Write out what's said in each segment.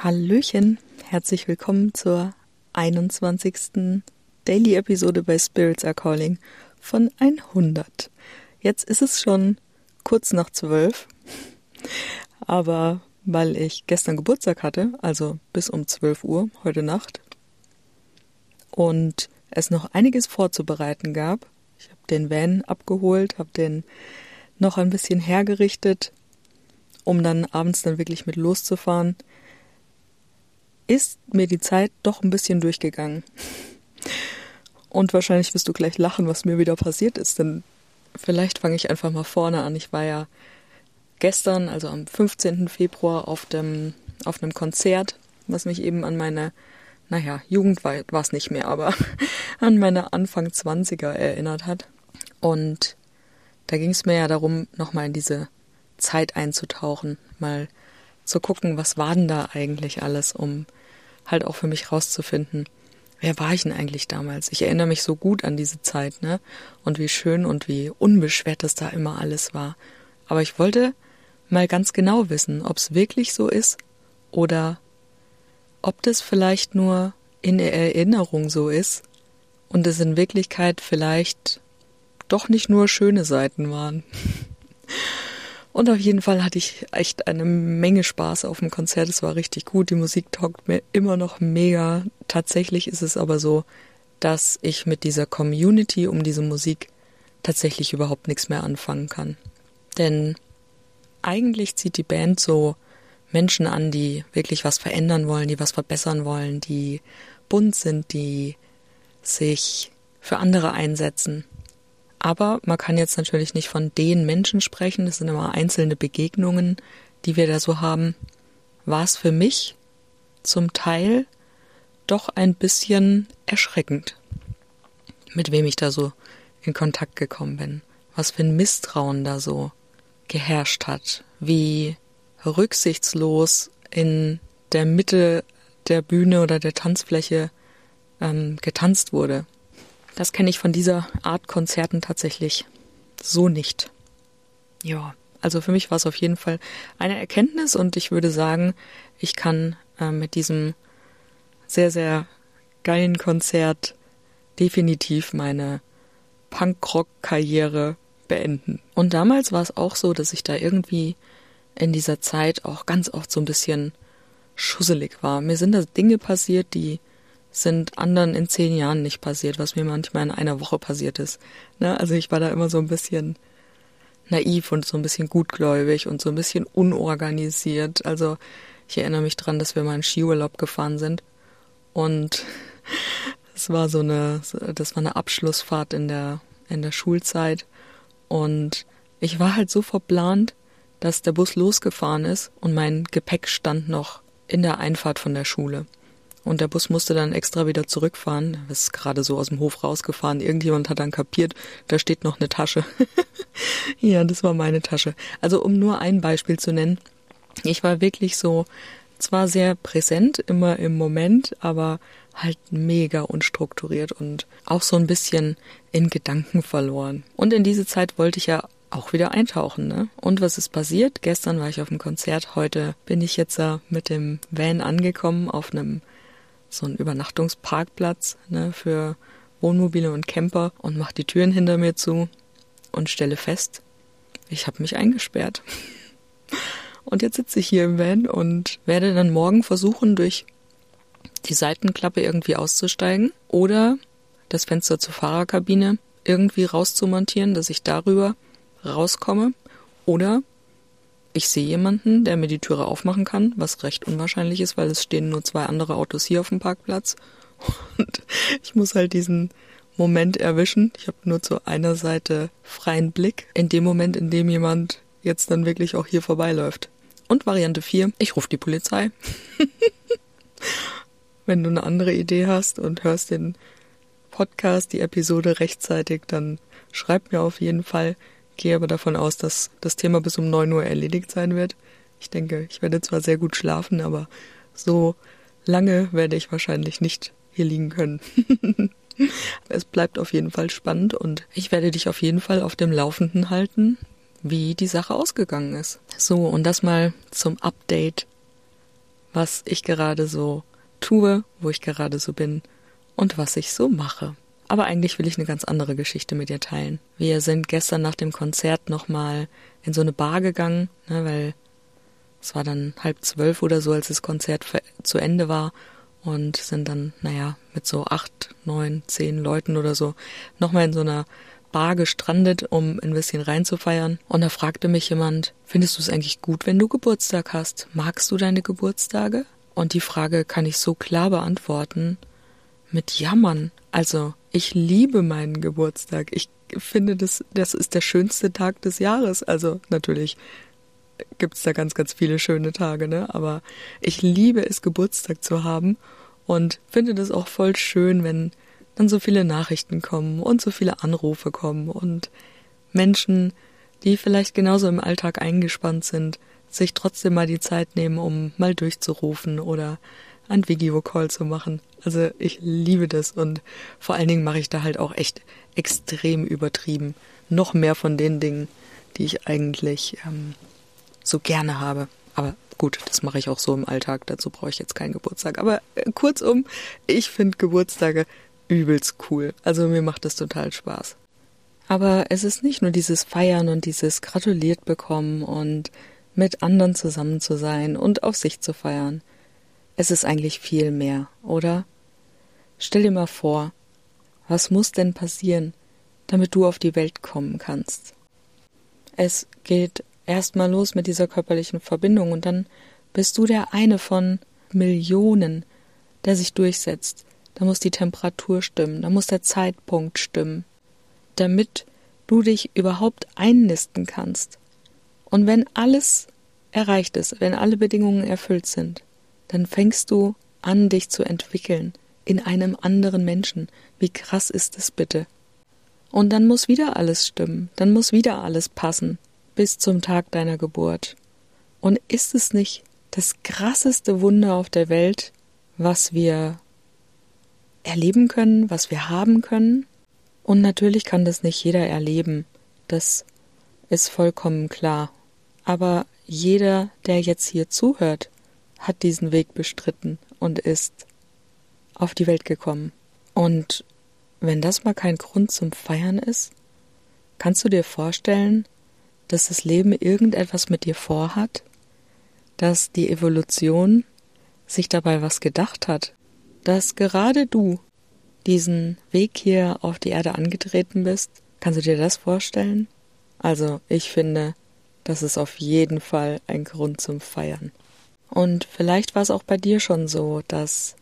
Hallöchen, herzlich willkommen zur 21. Daily-Episode bei Spirits Are Calling von 100. Jetzt ist es schon kurz nach 12, aber weil ich gestern Geburtstag hatte, also bis um 12 Uhr heute Nacht, und es noch einiges vorzubereiten gab. Ich habe den Van abgeholt, habe den noch ein bisschen hergerichtet, um dann abends dann wirklich mit loszufahren, ist mir die Zeit doch ein bisschen durchgegangen. Und wahrscheinlich wirst du gleich lachen, was mir wieder passiert ist, denn vielleicht fange ich einfach mal vorne an. Ich war ja gestern, also am 15. Februar, auf einem Konzert, was mich eben an meine, Jugend war es nicht mehr, aber an meine Anfang 20er erinnert hat. Und da ging es mir ja darum, nochmal in diese Zeit einzutauchen, mal zu gucken, was war denn da eigentlich alles, um halt auch für mich rauszufinden, wer war ich denn eigentlich damals? Ich erinnere mich so gut an diese Zeit, ne? Und wie schön und wie unbeschwert das da immer alles war. Aber ich wollte mal ganz genau wissen, ob es wirklich so ist oder ob das vielleicht nur in Erinnerung so ist und es in Wirklichkeit vielleicht doch nicht nur schöne Seiten waren. Und auf jeden Fall hatte ich echt eine Menge Spaß auf dem Konzert. Es war richtig gut. Die Musik taugt mir immer noch mega. Tatsächlich ist es aber so, dass ich mit dieser Community um diese Musik tatsächlich überhaupt nichts mehr anfangen kann. Denn eigentlich zieht die Band so Menschen an, die wirklich was verändern wollen, die was verbessern wollen, die bunt sind, die sich für andere einsetzen. Aber man kann jetzt natürlich nicht von den Menschen sprechen, das sind immer einzelne Begegnungen, die wir da so haben. War es für mich zum Teil doch ein bisschen erschreckend, mit wem ich da so in Kontakt gekommen bin. Was für ein Misstrauen da so geherrscht hat, wie rücksichtslos in der Mitte der Bühne oder der Tanzfläche getanzt wurde. Das kenne ich von dieser Art Konzerten tatsächlich so nicht. Ja, also für mich war es auf jeden Fall eine Erkenntnis und ich würde sagen, ich kann mit diesem sehr, sehr geilen Konzert definitiv meine Punkrock-Karriere beenden. Und damals war es auch so, dass ich da irgendwie in dieser Zeit auch ganz oft so ein bisschen schusselig war. Mir sind da Dinge passiert, die sind anderen in 10 Jahren nicht passiert, was mir manchmal in einer Woche passiert ist. Ne? Also ich war da immer so ein bisschen naiv und so ein bisschen gutgläubig und so ein bisschen unorganisiert. Also ich erinnere mich dran, dass wir mal in Skiurlaub gefahren sind und das war eine Abschlussfahrt in der Schulzeit und ich war halt so verplant, dass der Bus losgefahren ist und mein Gepäck stand noch in der Einfahrt von der Schule. Und der Bus musste dann extra wieder zurückfahren. Er ist gerade so aus dem Hof rausgefahren. Irgendjemand hat dann kapiert, da steht noch eine Tasche. Ja, das war meine Tasche. Also um nur ein Beispiel zu nennen. Ich war wirklich so, zwar sehr präsent, immer im Moment, aber halt mega unstrukturiert und auch so ein bisschen in Gedanken verloren. Und in diese Zeit wollte ich ja auch wieder eintauchen, ne? Und was ist passiert? Gestern war ich auf dem Konzert, heute bin ich jetzt mit dem Van angekommen auf so einen Übernachtungsparkplatz, ne, für Wohnmobile und Camper und mache die Türen hinter mir zu und stelle fest, ich habe mich eingesperrt. Und jetzt sitze ich hier im Van und werde dann morgen versuchen, durch die Seitenklappe irgendwie auszusteigen oder das Fenster zur Fahrerkabine irgendwie rauszumontieren, dass ich darüber rauskomme, oder ich sehe jemanden, der mir die Türe aufmachen kann, was recht unwahrscheinlich ist, weil es stehen nur 2 andere Autos hier auf dem Parkplatz und ich muss halt diesen Moment erwischen. Ich habe nur zu einer Seite freien Blick, in dem Moment, in dem jemand jetzt dann wirklich auch hier vorbeiläuft. Und Variante 4, ich rufe die Polizei. Wenn du eine andere Idee hast und hörst den Podcast, die Episode rechtzeitig, dann schreib mir auf jeden Fall. Gehe aber davon aus, dass das Thema bis um 9 Uhr erledigt sein wird. Ich denke, ich werde zwar sehr gut schlafen, aber so lange werde ich wahrscheinlich nicht hier liegen können. Es bleibt auf jeden Fall spannend und ich werde dich auf jeden Fall auf dem Laufenden halten, wie die Sache ausgegangen ist. So, und das mal zum Update, was ich gerade so tue, wo ich gerade so bin und was ich so mache. Aber eigentlich will ich eine ganz andere Geschichte mit dir teilen. Wir sind gestern nach dem Konzert nochmal in so eine Bar gegangen, ne, weil es war dann 11:30 oder so, als das Konzert zu Ende war, und sind dann, mit so 8, 9, 10 Leuten oder so nochmal in so einer Bar gestrandet, um ein bisschen reinzufeiern. Und da fragte mich jemand, findest du es eigentlich gut, wenn du Geburtstag hast? Magst du deine Geburtstage? Und die Frage kann ich so klar beantworten mit ja, Mann. Also, ich liebe meinen Geburtstag. Ich finde, das ist der schönste Tag des Jahres. Also, natürlich gibt es da ganz, ganz viele schöne Tage, ne? Aber ich liebe es, Geburtstag zu haben und finde das auch voll schön, wenn dann so viele Nachrichten kommen und so viele Anrufe kommen und Menschen, die vielleicht genauso im Alltag eingespannt sind, sich trotzdem mal die Zeit nehmen, um mal durchzurufen oder einen Videocall zu machen. Also ich liebe das und vor allen Dingen mache ich da halt auch echt extrem übertrieben. Noch mehr von den Dingen, die ich eigentlich so gerne habe. Aber gut, das mache ich auch so im Alltag, dazu brauche ich jetzt keinen Geburtstag. Aber kurzum, ich finde Geburtstage übelst cool. Also mir macht das total Spaß. Aber es ist nicht nur dieses Feiern und dieses gratuliert bekommen und mit anderen zusammen zu sein und auf sich zu feiern. Es ist eigentlich viel mehr, oder? Stell dir mal vor, was muss denn passieren, damit du auf die Welt kommen kannst? Es geht erst mal los mit dieser körperlichen Verbindung und dann bist du der eine von Millionen, der sich durchsetzt. Da muss die Temperatur stimmen, da muss der Zeitpunkt stimmen, damit du dich überhaupt einnisten kannst. Und wenn alles erreicht ist, wenn alle Bedingungen erfüllt sind, dann fängst du an, dich zu entwickeln in einem anderen Menschen. Wie krass ist es bitte? Und dann muss wieder alles stimmen, dann muss wieder alles passen, bis zum Tag deiner Geburt. Und ist es nicht das krasseste Wunder auf der Welt, was wir erleben können, was wir haben können? Und natürlich kann das nicht jeder erleben, das ist vollkommen klar. Aber jeder, der jetzt hier zuhört, hat diesen Weg bestritten und ist auf die Welt gekommen. Und wenn das mal kein Grund zum Feiern ist, kannst du dir vorstellen, dass das Leben irgendetwas mit dir vorhat, dass die Evolution sich dabei was gedacht hat, dass gerade du diesen Weg hier auf die Erde angetreten bist? Kannst du dir das vorstellen? Also, ich finde, das ist auf jeden Fall ein Grund zum Feiern. Und vielleicht war es auch bei dir schon so, dass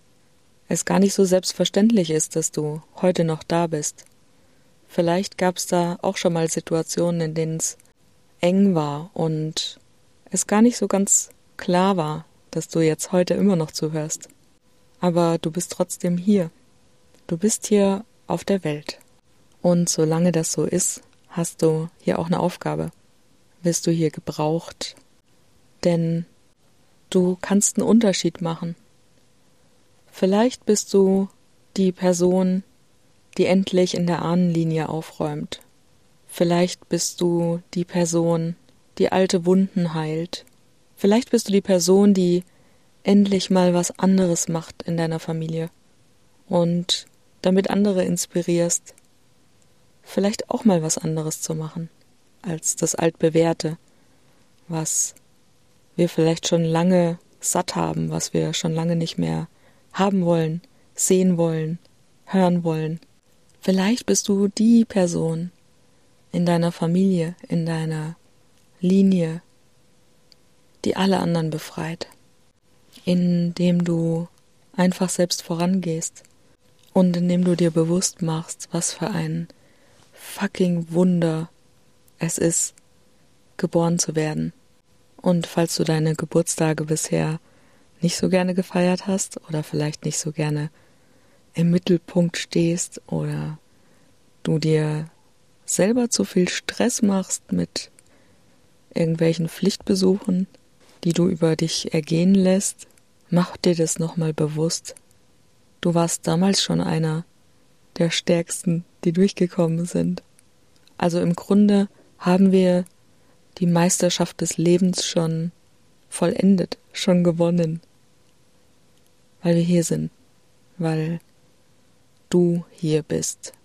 es gar nicht so selbstverständlich ist, dass du heute noch da bist. Vielleicht gab es da auch schon mal Situationen, in denen es eng war und es gar nicht so ganz klar war, dass du jetzt heute immer noch zuhörst. Aber du bist trotzdem hier. Du bist hier auf der Welt. Und solange das so ist, hast du hier auch eine Aufgabe. Wirst du hier gebraucht? Denn du kannst einen Unterschied machen. Vielleicht bist du die Person, die endlich in der Ahnenlinie aufräumt. Vielleicht bist du die Person, die alte Wunden heilt. Vielleicht bist du die Person, die endlich mal was anderes macht in deiner Familie und damit andere inspirierst, vielleicht auch mal was anderes zu machen als das Altbewährte, was wir vielleicht schon lange satt haben, was wir schon lange nicht mehr haben wollen, sehen wollen, hören wollen. Vielleicht bist du die Person in deiner Familie, in deiner Linie, die alle anderen befreit, indem du einfach selbst vorangehst und indem du dir bewusst machst, was für ein fucking Wunder es ist, geboren zu werden. Und falls du deine Geburtstage bisher nicht so gerne gefeiert hast oder vielleicht nicht so gerne im Mittelpunkt stehst oder du dir selber zu viel Stress machst mit irgendwelchen Pflichtbesuchen, die du über dich ergehen lässt, mach dir das nochmal bewusst. Du warst damals schon einer der Stärksten, die durchgekommen sind. Also im Grunde haben wir die Meisterschaft des Lebens schon vollendet. schon gewonnen. Weil wir hier sind. Weil du hier bist.